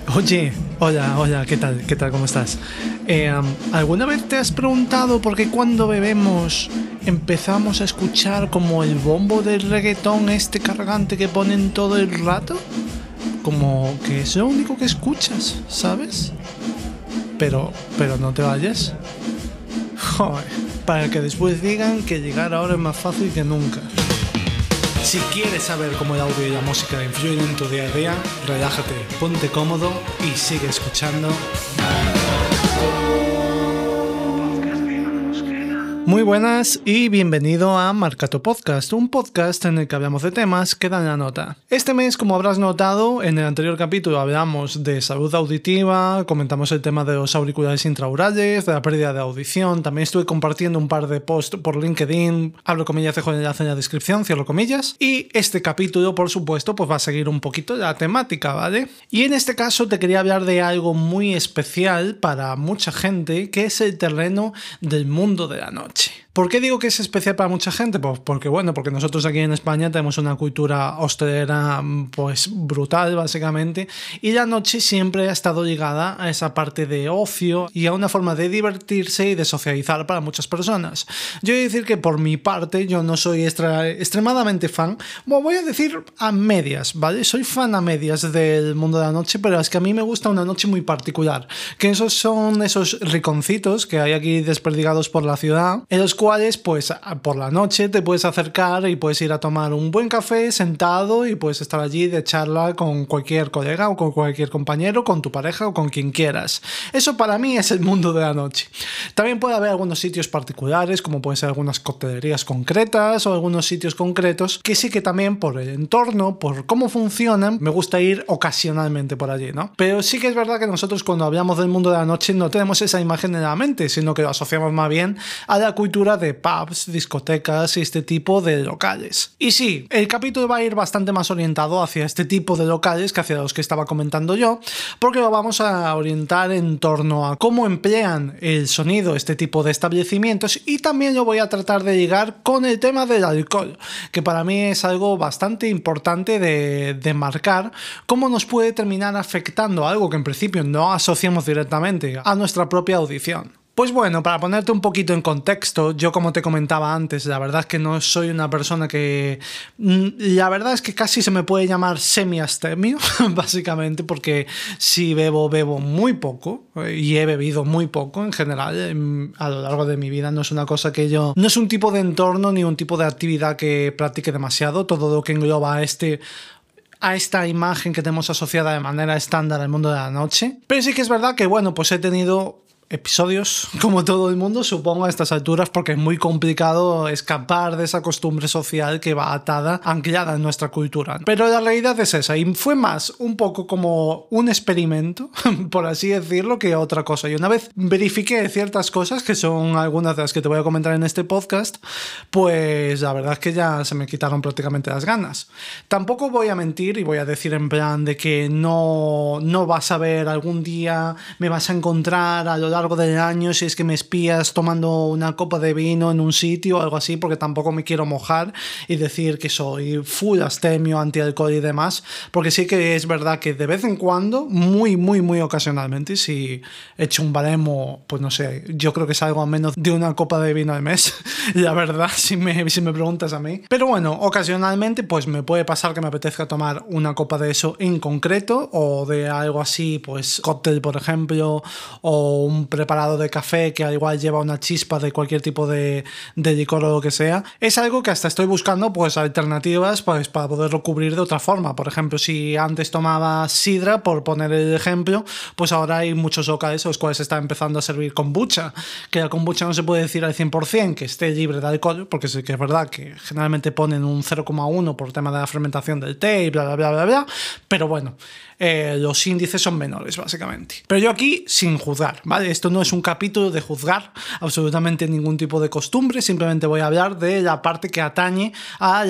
Oye, hola, ¿qué tal? ¿Cómo estás? ¿Alguna vez te has preguntado por qué cuando bebemos empezamos a escuchar como el bombo del reggaetón cargante que ponen todo el rato? Como que es lo único que escuchas, ¿sabes? Pero no te vayas. Joder, para que después digan que llegar ahora es más fácil que nunca. Si quieres saber cómo el audio y la música influyen en tu día a día, relájate, ponte cómodo y sigue escuchando. Muy buenas y bienvenido a Marca tu Podcast, un podcast en el que hablamos de temas que dan la nota. Este mes, como habrás notado, en el anterior capítulo hablamos de salud auditiva, comentamos el tema de los auriculares intraorales, de la pérdida de audición, también estuve compartiendo un par de posts por LinkedIn, abro comillas, dejo el enlace en la descripción, cierro comillas, y este capítulo, por supuesto, pues va a seguir un poquito la temática, ¿vale? Y en este caso te quería hablar de algo muy especial para mucha gente, que es el terreno del mundo de la noche. ¿Por qué digo que es especial para mucha gente? Pues porque nosotros aquí en España tenemos una cultura hostelera pues brutal básicamente, y la noche siempre ha estado ligada a esa parte de ocio y a una forma de divertirse y de socializar para muchas personas. Yo voy a decir que por mi parte yo no soy extremadamente fan, bueno, voy a decir a medias, ¿vale? Soy fan a medias del mundo de la noche, pero es que a mí me gusta una noche muy particular, que esos son esos rinconcitos que hay aquí desperdigados por la ciudad, en los cuales pues por la noche te puedes acercar y puedes ir a tomar un buen café sentado y puedes estar allí de charla con cualquier colega o con cualquier compañero, con tu pareja o con quien quieras. Eso para mí es el mundo de la noche. También puede haber algunos sitios particulares, como pueden ser algunas coctelerías concretas o algunos sitios concretos que sí que también por el entorno, por cómo funcionan, me gusta ir ocasionalmente por allí, ¿no? Pero sí que es verdad que nosotros cuando hablamos del mundo de la noche no tenemos esa imagen en la mente, sino que lo asociamos más bien a la cultura de pubs, discotecas y este tipo de locales. Y sí, el capítulo va a ir bastante más orientado hacia este tipo de locales que hacia los que estaba comentando yo, porque lo vamos a orientar en torno a cómo emplean el sonido este tipo de establecimientos, y también lo voy a tratar de ligar con el tema del alcohol, que para mí es algo bastante importante de marcar cómo nos puede terminar afectando algo que en principio no asociamos directamente a nuestra propia audición. Pues bueno, para ponerte un poquito en contexto, yo como te comentaba antes, la verdad es que no soy una persona que... La verdad es que casi se me puede llamar semi-astemio, básicamente, porque si bebo muy poco, y he bebido muy poco en general, a lo largo de mi vida. No es una cosa que yo... No es un tipo de entorno ni un tipo de actividad que practique demasiado, todo lo que engloba a esta imagen que tenemos asociada de manera estándar al mundo de la noche. Pero sí que es verdad que, bueno, pues he tenido episodios, como todo el mundo, supongo, a estas alturas, porque es muy complicado escapar de esa costumbre social que va atada, anclada en nuestra cultura. Pero la realidad es esa, y fue más un poco como un experimento, por así decirlo, que otra cosa. Y una vez verifiqué ciertas cosas, que son algunas de las que te voy a comentar en este podcast, pues la verdad es que ya se me quitaron prácticamente las ganas. Tampoco voy a mentir y voy a decir en plan de que no vas a ver algún día, me vas a encontrar a lo largo del año si es que me espías tomando una copa de vino en un sitio o algo así, porque tampoco me quiero mojar y decir que soy full astemio, anti-alcohol y demás, porque sí que es verdad que de vez en cuando, muy ocasionalmente, si echo un baremo, pues no sé, yo creo que salgo a menos de una copa de vino al mes, la verdad, si me preguntas a mí. Pero bueno, ocasionalmente pues me puede pasar que me apetezca tomar una copa de eso en concreto, o de algo así, pues cóctel por ejemplo, o un preparado de café que al igual lleva una chispa de cualquier tipo de licor o lo que sea. Es algo que hasta estoy buscando pues alternativas pues para poderlo cubrir de otra forma. Por ejemplo, si antes tomaba sidra, por poner el ejemplo, pues ahora hay muchos locales en los cuales se está empezando a servir kombucha, que la kombucha no se puede decir al 100% que esté libre de alcohol, porque sí que es verdad que generalmente ponen un 0,1 por tema de la fermentación del té y bla bla bla, pero bueno, los índices son menores básicamente. Pero yo aquí sin juzgar, ¿vale? Esto no es un capítulo de juzgar absolutamente ningún tipo de costumbre, simplemente voy a hablar de la parte que atañe a la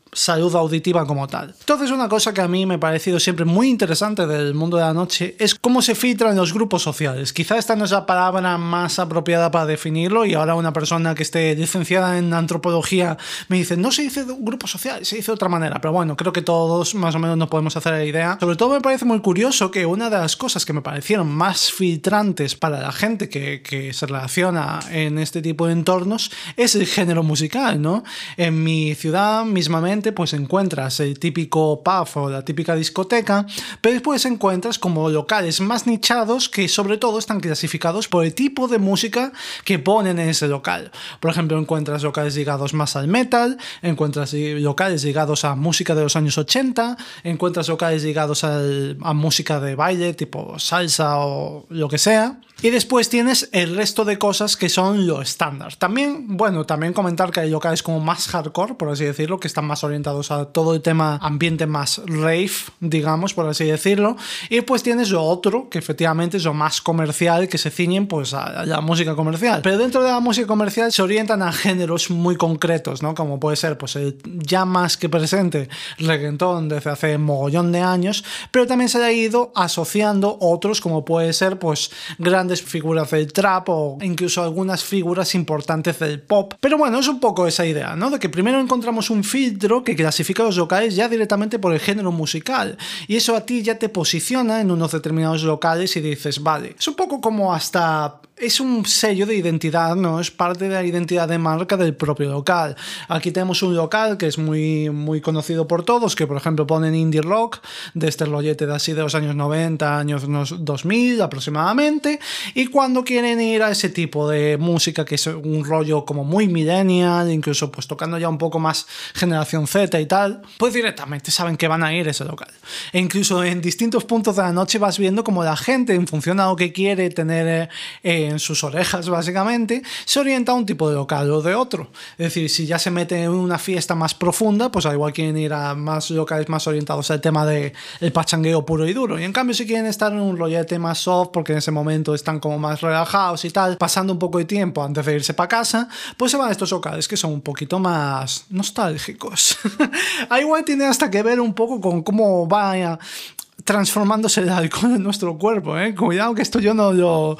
salud auditiva como tal. Entonces, una cosa que a mí me ha parecido siempre muy interesante del mundo de la noche es cómo se filtran los grupos sociales. Quizá esta no es la palabra más apropiada para definirlo, y ahora una persona que esté licenciada en antropología me dice, no se dice grupo social, se dice de otra manera, pero bueno, creo que todos más o menos nos podemos hacer la idea. Sobre todo me parece muy curioso que una de las cosas que me parecieron más filtrantes para la gente que se relaciona en este tipo de entornos es el género musical, ¿no? En mi ciudad mismamente pues encuentras el típico pub o la típica discoteca, pero después encuentras como locales más nichados que sobre todo están clasificados por el tipo de música que ponen en ese local. Por ejemplo, encuentras locales ligados más al metal, encuentras locales ligados a música de los años 80, encuentras locales ligados a música de baile tipo salsa o lo que sea. Y después tienes el resto de cosas que son lo estándar. También comentar que hay locales como más hardcore, por así decirlo, que están más orientados a todo el tema ambiente más rave, digamos, por así decirlo. Y pues tienes lo otro, que efectivamente es lo más comercial, que se ciñen pues a la música comercial. Pero dentro de la música comercial se orientan a géneros muy concretos, ¿no? Como puede ser pues el ya más que presente reggaetón desde hace mogollón de años, pero también se ha ido asociando otros, como puede ser pues grandes figuras del trap o incluso algunas figuras importantes del pop. Pero bueno, es un poco esa idea, ¿no? De que primero encontramos un filtro que clasifica los locales ya directamente por el género musical, y eso a ti ya te posiciona en unos determinados locales y dices, vale, es un poco como hasta... es un sello de identidad, ¿no? Es parte de la identidad de marca del propio local. Aquí tenemos un local que es muy, muy conocido por todos, que por ejemplo ponen indie rock de este rollete de así de los años 90, años 2000 aproximadamente, y cuando quieren ir a ese tipo de música que es un rollo como muy millennial, incluso pues tocando ya un poco más generación Z y tal, pues directamente saben que van a ir a ese local. E incluso en distintos puntos de la noche vas viendo como la gente, en función a lo que quiere tener en sus orejas básicamente, se orienta a un tipo de local o de otro. Es decir, si ya se mete en una fiesta más profunda, pues al igual quieren ir a más locales más orientados al tema del pachangueo puro y duro, y en cambio si quieren estar en un rollete más soft porque en ese momento están como más relajados y tal, pasando un poco de tiempo antes de irse para casa, pues se van a estos locales que son un poquito más nostálgicos. Al igual tiene hasta que ver un poco con cómo vaya transformándose el alcohol en nuestro cuerpo, ¿eh? Cuidado que esto yo no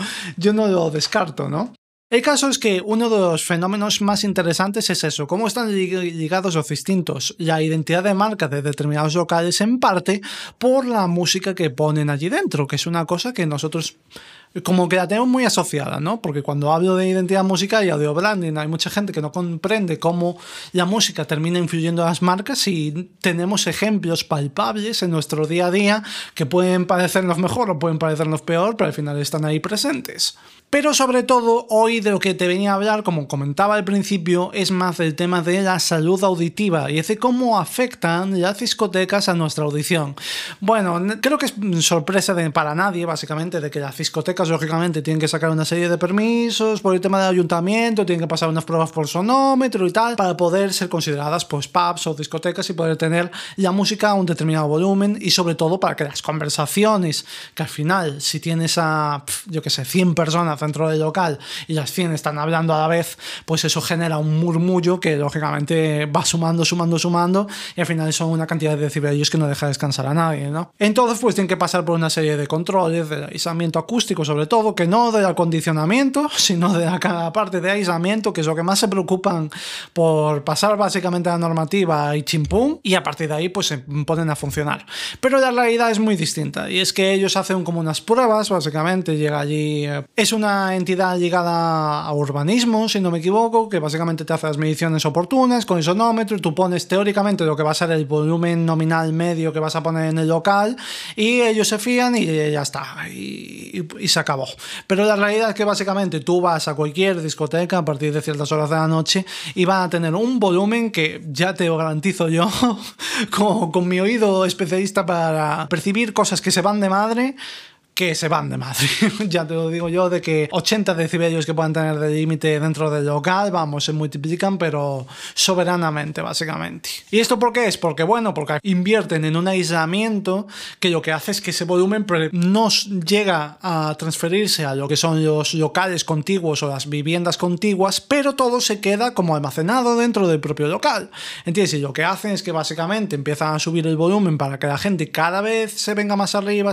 lo descarto, ¿no? El caso es que uno de los fenómenos más interesantes es eso, cómo están ligados los distintos, la identidad de marca de determinados locales en parte por la música que ponen allí dentro, que es una cosa que nosotros como que la tenemos muy asociada, ¿no? Porque cuando hablo de identidad musical y audio branding hay mucha gente que no comprende cómo la música termina influyendo en las marcas, y tenemos ejemplos palpables en nuestro día a día que pueden parecernos mejor o pueden parecernos peor, pero al final están ahí presentes. Pero sobre todo hoy de lo que te venía a hablar, como comentaba al principio, es más del tema de la salud auditiva y es de cómo afectan las discotecas a nuestra audición. Bueno, creo que es sorpresa para nadie básicamente de que las discotecas lógicamente tienen que sacar una serie de permisos por el tema del ayuntamiento, tienen que pasar unas pruebas por sonómetro y tal para poder ser consideradas pues pubs o discotecas y poder tener la música a un determinado volumen, y sobre todo para que las conversaciones, que al final si tienes a yo que sé 100 personas dentro del local y las 100 están hablando a la vez, pues eso genera un murmullo que lógicamente va sumando y al final son una cantidad de decibelios que no deja descansar a nadie, ¿no? Entonces pues tienen que pasar por una serie de controles del aislamiento acústico, sobre todo, que no del acondicionamiento sino de la parte de aislamiento, que es lo que más se preocupan por pasar básicamente la normativa y chimpún, y a partir de ahí pues se ponen a funcionar. Pero la realidad es muy distinta, y es que ellos hacen como unas pruebas, básicamente llega allí, es una entidad ligada a urbanismo, si no me equivoco, que básicamente te hace las mediciones oportunas con el sonómetro, tú pones teóricamente lo que va a ser el volumen nominal medio que vas a poner en el local, y ellos se fían y ya está, y se acabó. Pero la realidad es que básicamente tú vas a cualquier discoteca a partir de ciertas horas de la noche y van a tener un volumen que ya te lo garantizo yo con mi oído especialista para percibir cosas que se van de madre, que se van de madre. Ya te lo digo yo, de que 80 decibelios que puedan tener de límite dentro del local, vamos, se multiplican, pero soberanamente, básicamente. ¿Y esto por qué es? Porque invierten en un aislamiento que lo que hace es que ese volumen no llega a transferirse a lo que son los locales contiguos o las viviendas contiguas, pero todo se queda como almacenado dentro del propio local. ¿Entiendes? Y lo que hacen es que básicamente empiezan a subir el volumen para que la gente cada vez se venga más arriba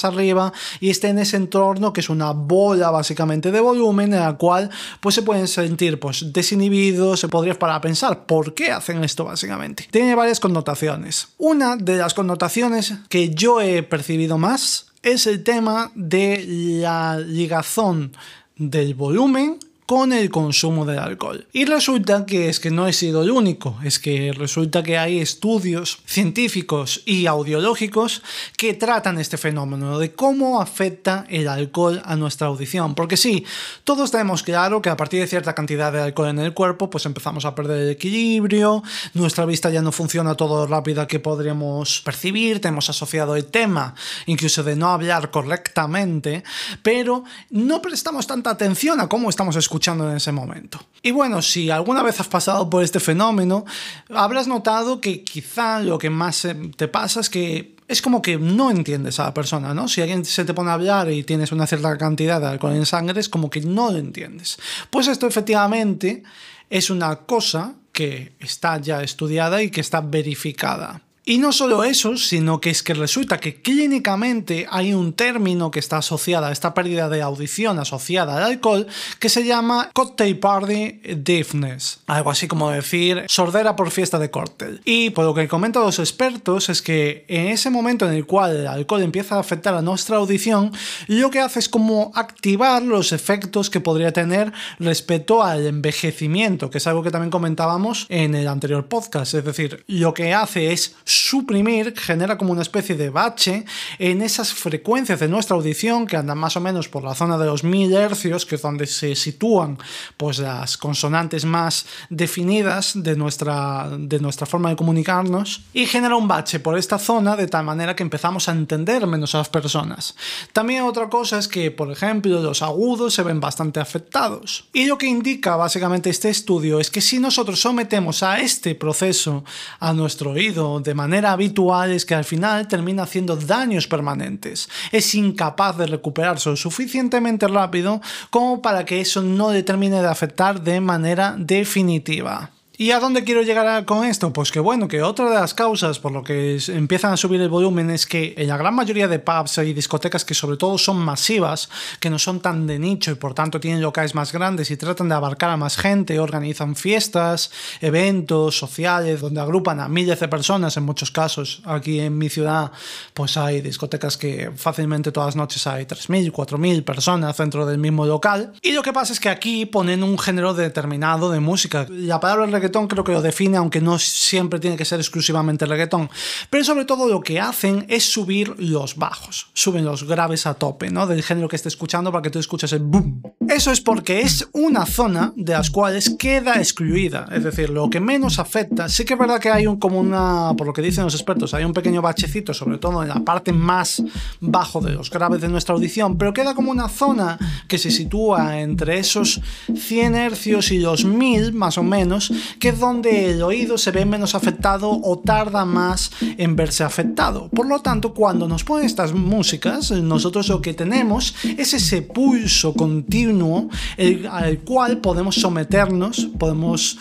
y esté en ese entorno que es una bola básicamente de volumen en la cual pues se pueden sentir pues desinhibidos. Se podría parar a pensar ¿por qué hacen esto básicamente? Tiene varias connotaciones. Una de las connotaciones que yo he percibido más es el tema de la ligazón del volumen con el consumo del alcohol. Y resulta que es que no he sido el único, es que resulta que hay estudios científicos y audiológicos que tratan este fenómeno de cómo afecta el alcohol a nuestra audición. Porque sí, todos tenemos claro que a partir de cierta cantidad de alcohol en el cuerpo, pues empezamos a perder el equilibrio, nuestra vista ya no funciona todo lo rápida que podríamos percibir, tenemos asociado el tema incluso de no hablar correctamente, pero no prestamos tanta atención a cómo estamos escuchando en ese momento. Y bueno, si alguna vez has pasado por este fenómeno, habrás notado que quizá lo que más te pasa es que es como que no entiendes a la persona, ¿no? Si alguien se te pone a hablar y tienes una cierta cantidad de alcohol en sangre, es como que no lo entiendes. Pues esto efectivamente es una cosa que está ya estudiada y que está verificada. Y no solo eso, sino que es que resulta que clínicamente hay un término que está asociado a esta pérdida de audición asociada al alcohol que se llama cocktail party deafness, algo así como decir sordera por fiesta de cóctel. Y por lo que comentan los expertos es que en ese momento en el cual el alcohol empieza a afectar a nuestra audición, lo que hace es como activar los efectos que podría tener respecto al envejecimiento, que es algo que también comentábamos en el anterior podcast. Es decir, lo que hace es suprimir, genera como una especie de bache en esas frecuencias de nuestra audición que andan más o menos por la zona de los 1000 hercios, que es donde se sitúan pues las consonantes más definidas de nuestra forma de comunicarnos, y genera un bache por esta zona de tal manera que empezamos a entender menos a las personas. También otra cosa es que, por ejemplo, los agudos se ven bastante afectados. Y lo que indica básicamente este estudio es que si nosotros sometemos a este proceso a nuestro oído de manera habitual, es que al final termina haciendo daños permanentes. Es incapaz de recuperarse lo suficientemente rápido como para que eso no le termine de afectar de manera definitiva. ¿Y a dónde quiero llegar con esto? Pues que bueno, que otra de las causas por lo que empiezan a subir el volumen es que en la gran mayoría de pubs y discotecas que sobre todo son masivas, que no son tan de nicho y por tanto tienen locales más grandes y tratan de abarcar a más gente, organizan fiestas, eventos sociales donde agrupan a miles de personas en muchos casos. Aquí en mi ciudad pues hay discotecas que fácilmente todas las noches hay 3000, 4000 personas dentro del mismo local, y lo que pasa es que aquí ponen un género determinado de música. La palabra reggaetón creo que lo define, aunque no siempre tiene que ser exclusivamente reggaetón, pero sobre todo lo que hacen es subir los bajos, suben los graves a tope, ¿no? Del género que esté escuchando para que tú escuches el boom. Eso es porque es una zona de las cuales queda excluida, es decir, lo que menos afecta. Sí que es verdad que hay por lo que dicen los expertos, hay un pequeño bachecito, sobre todo en la parte más bajo de los graves de nuestra audición, pero queda como una zona que se sitúa entre esos 100 hercios y los 1000 más o menos, que es donde el oído se ve menos afectado o tarda más en verse afectado. Por lo tanto, cuando nos ponen estas músicas, nosotros lo que tenemos es ese pulso continuo al cual podemos someternos, podemos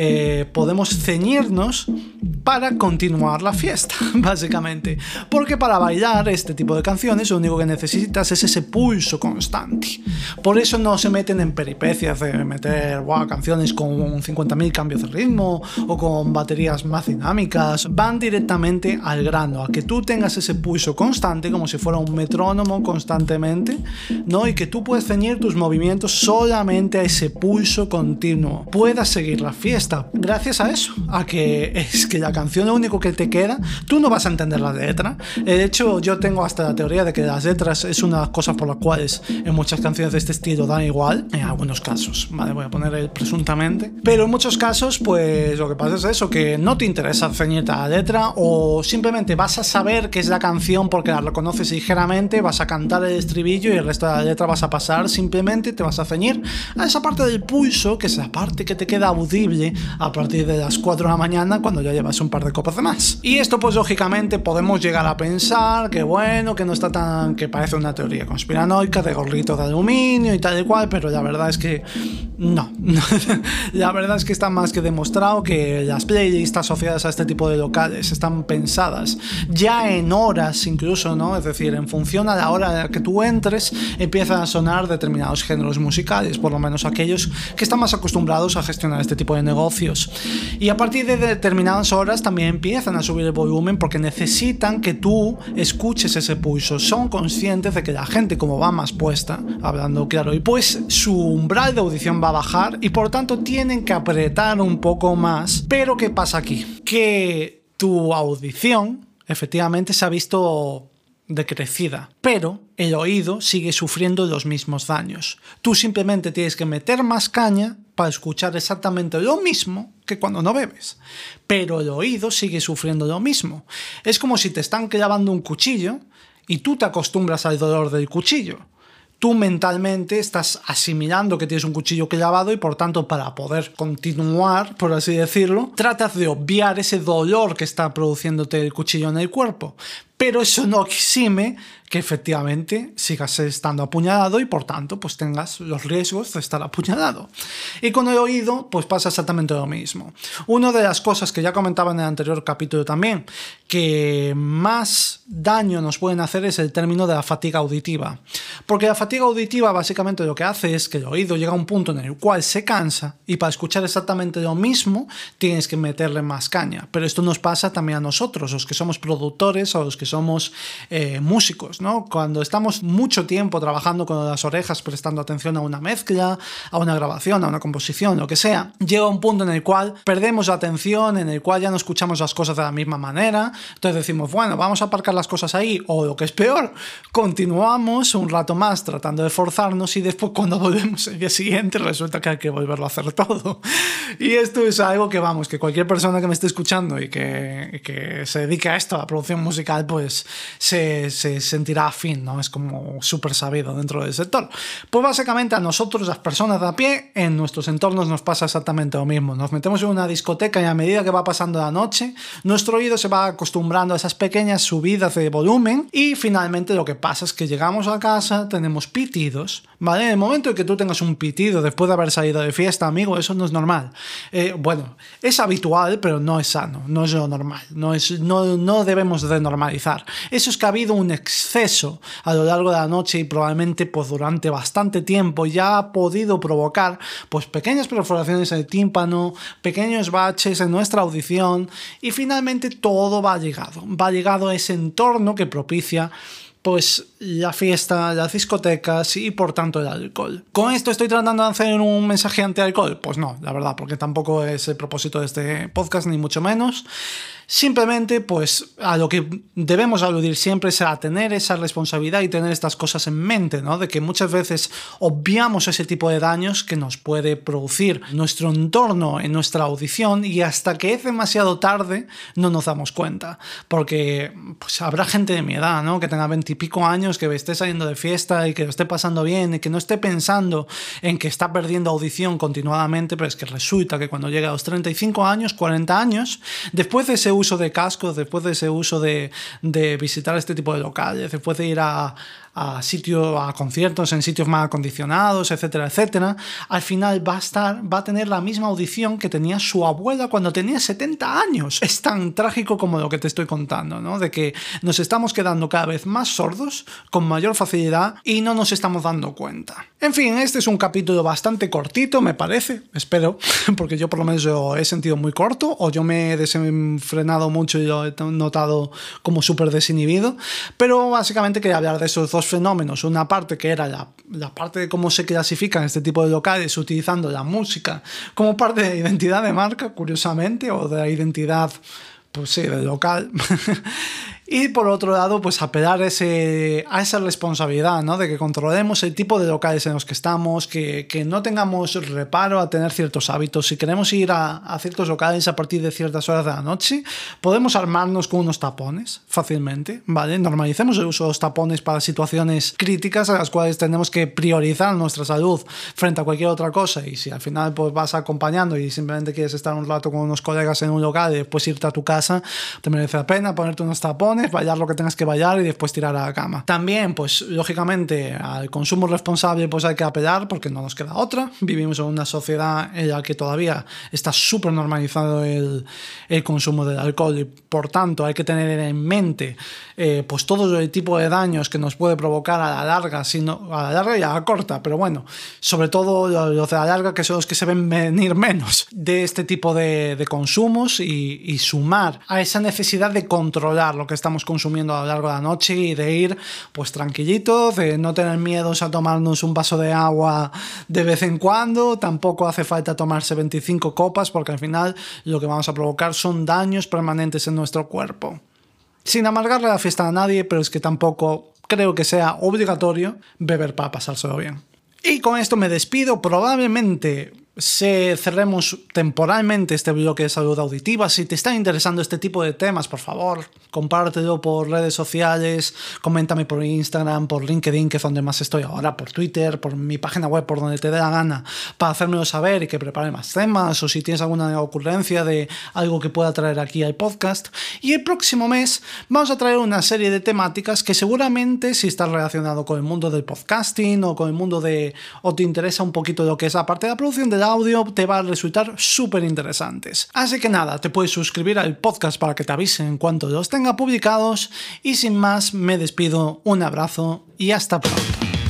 ceñirnos para continuar la fiesta, básicamente. Porque para bailar este tipo de canciones lo único que necesitas es ese pulso constante. Por eso no se meten en peripecias de meter canciones con 50.000 cambios de ritmo o con baterías más dinámicas. Van directamente al grano, a que tú tengas ese pulso constante como si fuera un metrónomo constantemente, ¿no? Y que tú puedes ceñir tus movimientos solamente a ese pulso continuo. Puedas seguir la fiesta gracias a eso, a que es que el la canción lo único que te queda, tú no vas a entender la letra. De hecho, yo tengo hasta la teoría de que las letras es una de las cosas por las cuales en muchas canciones de este estilo dan igual, en algunos casos, ¿vale? Voy a poner el presuntamente. Pero en muchos casos, pues lo que pasa es eso, que no te interesa ceñirte a la letra, o simplemente vas a saber que es la canción porque la reconoces ligeramente, vas a cantar el estribillo y el resto de la letra vas a pasar, simplemente te vas a ceñir a esa parte del pulso, que es la parte que te queda audible a partir de las 4 de la mañana cuando ya llevas un par de copas de más. Y esto pues lógicamente podemos llegar a pensar que bueno, que no está tan, que parece una teoría conspiranoica de gorrito de aluminio y tal y cual, pero la verdad es que no. La verdad es que está más que demostrado que las playlists asociadas a este tipo de locales están pensadas ya en horas incluso, ¿no? Es decir, en función a la hora en la que tú entres empiezan a sonar determinados géneros musicales, por lo menos aquellos que están más acostumbrados a gestionar este tipo de negocios. Y a partir de determinadas horas también empiezan a subir el volumen porque necesitan que tú escuches ese pulso. Son conscientes de que la gente, como va más puesta, hablando claro, y pues su umbral de audición va a bajar y por tanto tienen que apretar un poco más. Pero ¿qué pasa aquí? Que tu audición efectivamente se ha visto decrecida, pero el oído sigue sufriendo los mismos daños. Tú simplemente tienes que meter más caña para escuchar exactamente lo mismo que cuando no bebes, pero el oído sigue sufriendo lo mismo. Es como si te están clavando un cuchillo y tú te acostumbras al dolor del cuchillo. Tú mentalmente estás asimilando que tienes un cuchillo clavado y por tanto para poder continuar, por así decirlo, tratas de obviar ese dolor que está produciéndote el cuchillo en el cuerpo. Pero eso no exime que efectivamente sigas estando apuñalado y por tanto pues tengas los riesgos de estar apuñalado. Y con el oído pues pasa exactamente lo mismo. Una de las cosas que ya comentaba en el anterior capítulo también, que más daño nos pueden hacer es el término de la fatiga auditiva. Porque la fatiga auditiva básicamente lo que hace es que el oído llega a un punto en el cual se cansa y para escuchar exactamente lo mismo tienes que meterle más caña. Pero esto nos pasa también a nosotros, los que somos productores o los que somos músicos, ¿no? Cuando estamos mucho tiempo trabajando con las orejas, prestando atención a una mezcla, a una grabación, a una composición, lo que sea, llega un punto en el cual perdemos la atención, en el cual ya no escuchamos las cosas de la misma manera, entonces decimos, bueno, vamos a aparcar las cosas ahí, o lo que es peor, continuamos un rato más tratando de forzarnos y después cuando volvemos el día siguiente resulta que hay que volverlo a hacer todo. Y esto es algo que, vamos, que cualquier persona que me esté escuchando y que se dedique a esto, a la producción musical, pues se sentirá afín, ¿no? Es como súper sabido dentro del sector. Pues básicamente a nosotros, las personas de a pie, en nuestros entornos nos pasa exactamente lo mismo. Nos metemos en una discoteca y a medida que va pasando la noche, nuestro oído se va acostumbrando a esas pequeñas subidas de volumen y finalmente lo que pasa es que llegamos a casa, tenemos pitidos, ¿vale? En el momento en que tú tengas un pitido después de haber salido de fiesta, amigo, eso no es normal. Bueno, es habitual, pero no es sano, no es lo normal, no debemos de normalizar. Eso es que ha habido un exceso a lo largo de la noche y probablemente pues durante bastante tiempo ya ha podido provocar pues pequeñas perforaciones en el tímpano, pequeños baches en nuestra audición y finalmente todo va ligado a ese entorno que propicia pues la fiesta, las discotecas y por tanto el alcohol. ¿Con esto estoy tratando de hacer un mensaje anti-alcohol? Pues no, la verdad, porque tampoco es el propósito de este podcast, ni mucho menos. Simplemente, pues, a lo que debemos aludir siempre es a tener esa responsabilidad y tener estas cosas en mente, ¿no? De que muchas veces obviamos ese tipo de daños que nos puede producir nuestro entorno en nuestra audición y hasta que es demasiado tarde no nos damos cuenta. Porque pues, habrá gente de mi edad, ¿no? Que tenga 20 y pico años, que esté saliendo de fiesta y que lo esté pasando bien y que no esté pensando en que está perdiendo audición continuadamente, pero es que resulta que cuando llega a los 35 años, 40 años, después de ese uso de cascos, después de ese uso de visitar este tipo de locales, después de ir a conciertos en sitios más acondicionados, etcétera, etcétera, al final va a tener la misma audición que tenía su abuela cuando tenía 70 años. Es tan trágico como lo que te estoy contando, ¿no? De que nos estamos quedando cada vez más sordos, con mayor facilidad, y no nos estamos dando cuenta. En fin, este es un capítulo bastante cortito, me parece, espero, porque yo por lo menos lo he sentido muy corto, o yo me he desenfrenado mucho y lo he notado como súper desinhibido, pero básicamente quería hablar de esos dos fenómenos. Una parte que era la parte de cómo se clasifican este tipo de locales utilizando la música como parte de la identidad de marca, curiosamente, o de la identidad pues sí, del local. Y por otro lado, pues apelar a esa responsabilidad, ¿no? De que controlemos el tipo de locales en los que estamos, que no tengamos reparo a tener ciertos hábitos. Si queremos ir a ciertos locales a partir de ciertas horas de la noche, podemos armarnos con unos tapones fácilmente, ¿vale? Normalicemos el uso de los tapones para situaciones críticas a las cuales tenemos que priorizar nuestra salud frente a cualquier otra cosa. Y si al final pues vas acompañando y simplemente quieres estar un rato con unos colegas en un local y después irte a tu casa, te merece la pena ponerte unos tapones, bailar lo que tengas que bailar y después tirar a la cama. También, pues lógicamente, al consumo responsable pues hay que apelar porque no nos queda otra. Vivimos en una sociedad en la que todavía está súper normalizado el consumo del alcohol y por tanto hay que tener en mente pues todo el tipo de daños que nos puede provocar a la larga, a la larga y a la corta, pero bueno, sobre todo los de la larga, que son los que se ven venir menos de este tipo de consumos y sumar a esa necesidad de controlar lo que estamos consumiendo a lo largo de la noche y de ir pues tranquilitos, de no tener miedos a tomarnos un vaso de agua de vez en cuando. Tampoco hace falta tomarse 25 copas porque al final lo que vamos a provocar son daños permanentes en nuestro cuerpo. Sin amargarle la fiesta a nadie, pero es que tampoco creo que sea obligatorio beber para pasárselo bien. Y con esto me despido. Probablemente cerremos temporalmente este bloque de salud auditiva. Si te están interesando este tipo de temas, por favor, compártelo por redes sociales, coméntame por Instagram, por LinkedIn, que es donde más estoy ahora, por Twitter, por mi página web, por donde te dé la gana, para hacérmelo saber y que prepare más temas, o si tienes alguna ocurrencia de algo que pueda traer aquí al podcast. Y el próximo mes vamos a traer una serie de temáticas que seguramente, si estás relacionado con el mundo del podcasting o con el mundo o te interesa un poquito lo que es la parte de la producción del audio, te va a resultar súper interesantes. Así que nada, te puedes suscribir al podcast para que te avisen en cuanto los tenga publicados y sin más me despido, un abrazo y hasta pronto.